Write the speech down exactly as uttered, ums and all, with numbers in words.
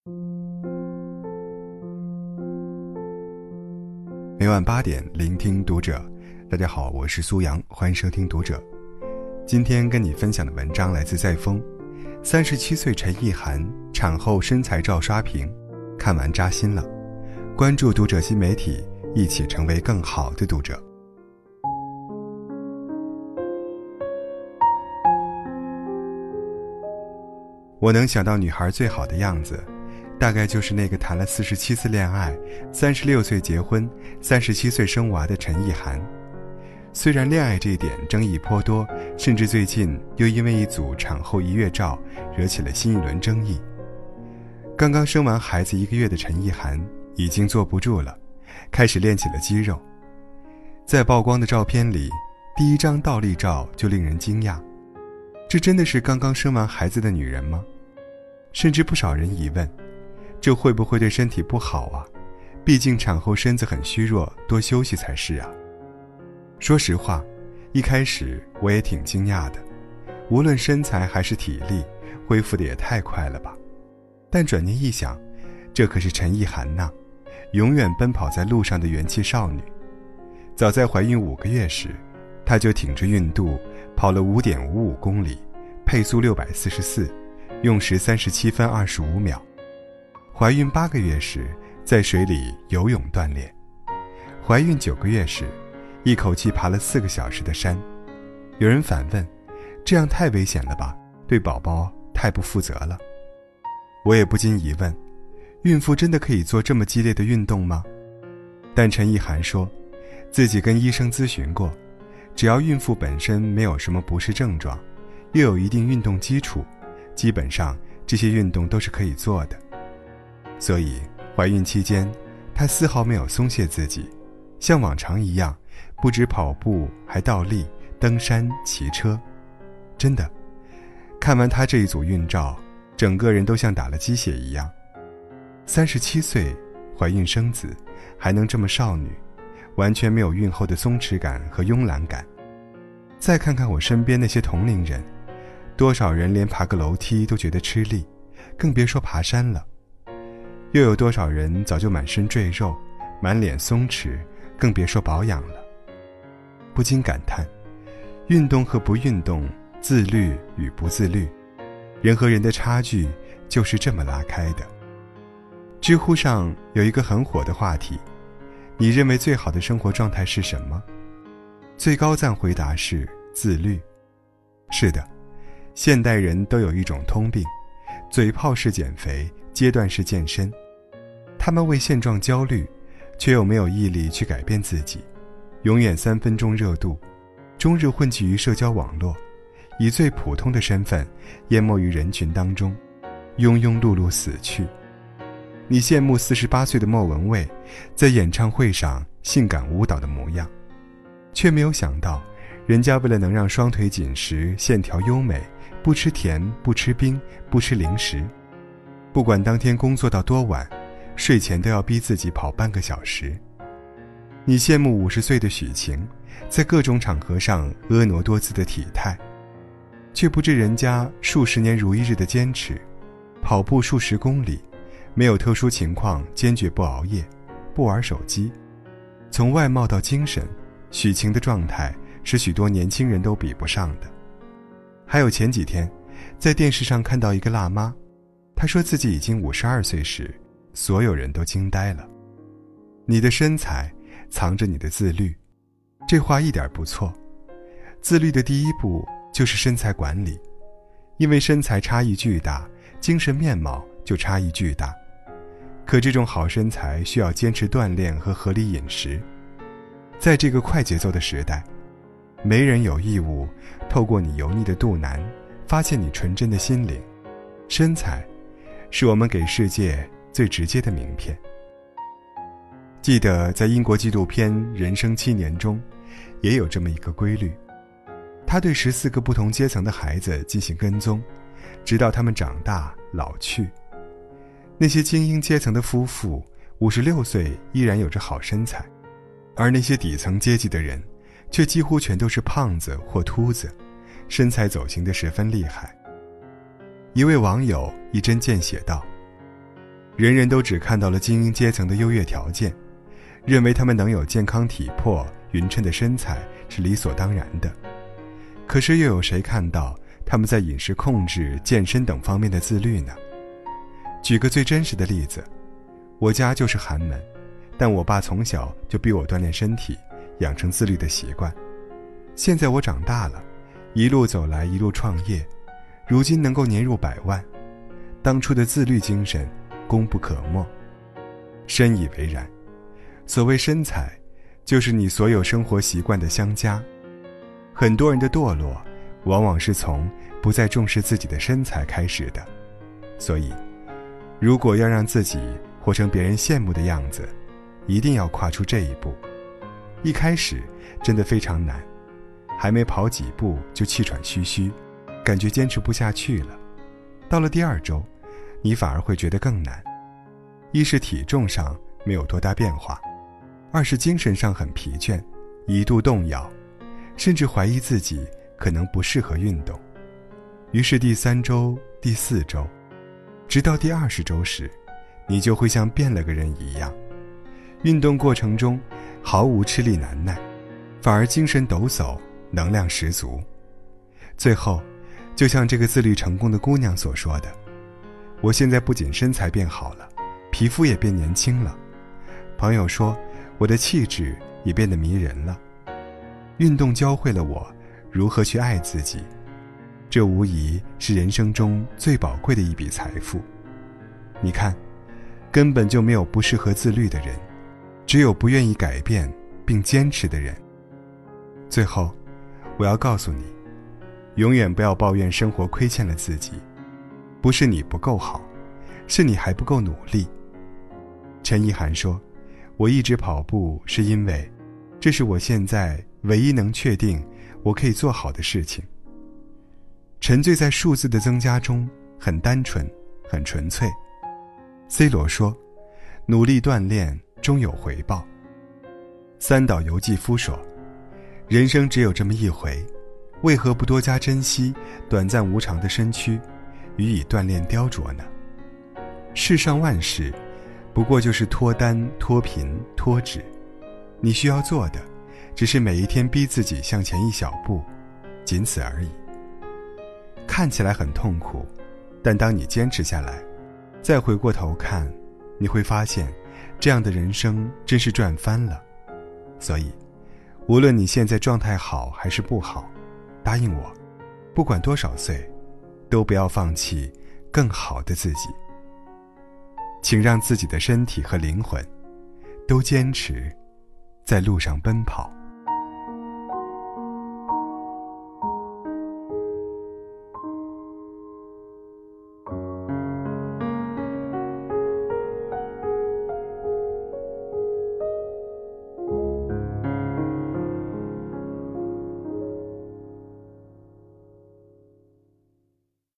每晚八点，聆听读者。大家好，我是苏阳，欢迎收听读者。今天跟你分享的文章来自在风。三十七岁陈意涵产后身材照刷屏，看完扎心了。关注读者新媒体，一起成为更好的读者。我能想到女孩最好的样子，大概就是那个谈了四十七次恋爱，三十六岁结婚，三十七岁生娃的陈意涵。虽然恋爱这一点争议颇多，甚至最近又因为一组产后一月照惹起了新一轮争议。刚刚生完孩子一个月的陈意涵已经坐不住了，开始练起了肌肉。在曝光的照片里，第一张倒立照就令人惊讶，这真的是刚刚生完孩子的女人吗？甚至不少人疑问，这会不会对身体不好啊？毕竟产后身子很虚弱，多休息才是啊。说实话，一开始我也挺惊讶的，无论身材还是体力，恢复的也太快了吧。但转念一想，这可是陈意涵呐，永远奔跑在路上的元气少女。早在怀孕五个月时，她就挺着孕肚跑了 五点五五公里，配速六百四十四，用时三十七分二十五秒。怀孕八个月时，在水里游泳锻炼。怀孕九个月时，一口气爬了四个小时的山。有人反问，这样太危险了吧，对宝宝太不负责了。我也不禁疑问，孕妇真的可以做这么激烈的运动吗？但陈意涵说，自己跟医生咨询过，只要孕妇本身没有什么不适症状，又有一定运动基础，基本上这些运动都是可以做的。所以怀孕期间，她丝毫没有松懈自己，像往常一样，不止跑步，还倒立、登山、骑车。真的，看完她这一组孕照，整个人都像打了鸡血一样。三十七岁怀孕生子，还能这么少女，完全没有孕后的松弛感和慵懒感。再看看我身边那些同龄人，多少人连爬个楼梯都觉得吃力，更别说爬山了。又有多少人早就满身赘肉，满脸松弛，更别说保养了。不禁感叹，运动和不运动，自律与不自律，人和人的差距就是这么拉开的。知乎上有一个很火的话题，你认为最好的生活状态是什么？最高赞回答是自律。是的，现代人都有一种通病，嘴炮式减肥，阶段式健身。他们为现状焦虑，却又没有毅力去改变自己，永远三分钟热度，终日混迹于社交网络，以最普通的身份淹没于人群当中，庸庸碌碌死去。你羡慕四十八岁的莫文蔚在演唱会上性感舞蹈的模样，却没有想到人家为了能让双腿紧实，线条优美，不吃甜，不吃冰，不吃零食，不管当天工作到多晚，睡前都要逼自己跑半个小时。你羡慕五十岁的许晴在各种场合上婀娜多姿的体态，却不知人家数十年如一日的坚持，跑步数十公里，没有特殊情况坚决不熬夜，不玩手机。从外貌到精神，许晴的状态是许多年轻人都比不上的。还有前几天在电视上看到一个辣妈，她说自己已经五十二岁时，所有人都惊呆了。你的身材藏着你的自律，这话一点不错。自律的第一步就是身材管理，因为身材差异巨大，精神面貌就差异巨大。可这种好身材需要坚持锻炼和合理饮食。在这个快节奏的时代，没人有义务透过你油腻的肚腩发现你纯真的心灵。身材是我们给世界最直接的名片。记得在英国纪录片《人生七年》中，也有这么一个规律。他对十四个不同阶层的孩子进行跟踪，直到他们长大老去。那些精英阶层的夫妇五十六岁依然有着好身材，而那些底层阶级的人却几乎全都是胖子或秃子，身材走形得十分厉害。一位网友一针见血道， 人人都只看到了精英阶层的优越条件，认为他们能有健康体魄、匀称的身材是理所当然的。可是又有谁看到他们在饮食控制、健身等方面的自律呢？举个最真实的例子，我家就是寒门，但我爸从小就逼我锻炼身体，养成自律的习惯。现在我长大了，一路走来一路创业，如今能够年入百万，当初的自律精神功不可没，深以为然。所谓身材，就是你所有生活习惯的相加。很多人的堕落往往是从不再重视自己的身材开始的。所以如果要让自己活成别人羡慕的样子，一定要跨出这一步。一开始真的非常难，还没跑几步就气喘吁吁，感觉坚持不下去了。到了第二周，你反而会觉得更难。一是体重上没有多大变化，二是精神上很疲倦，一度动摇，甚至怀疑自己可能不适合运动。于是第三周、第四周，直到第二十周时，你就会像变了个人一样，运动过程中毫无吃力难耐，反而精神抖擞，能量十足。最后就像这个自律成功的姑娘所说的，我现在不仅身材变好了，皮肤也变年轻了，朋友说我的气质也变得迷人了。运动教会了我如何去爱自己，这无疑是人生中最宝贵的一笔财富。你看，根本就没有不适合自律的人，只有不愿意改变并坚持的人。最后我要告诉你，永远不要抱怨生活亏欠了自己，不是你不够好，是你还不够努力。陈意涵说，我一直跑步是因为这是我现在唯一能确定我可以做好的事情。沉醉在数字的增加中，很单纯，很纯粹。C 罗说，努力锻炼终有回报。三岛由纪夫说，人生只有这么一回，为何不多加珍惜短暂无常的身躯，予以锻炼雕琢呢？世上万事不过就是脱单、脱贫、脱脂，你需要做的只是每一天逼自己向前一小步，仅此而已。看起来很痛苦，但当你坚持下来，再回过头看，你会发现这样的人生真是赚翻了。所以无论你现在状态好还是不好，答应我，不管多少岁，都不要放弃更好的自己。请让自己的身体和灵魂都坚持在路上奔跑。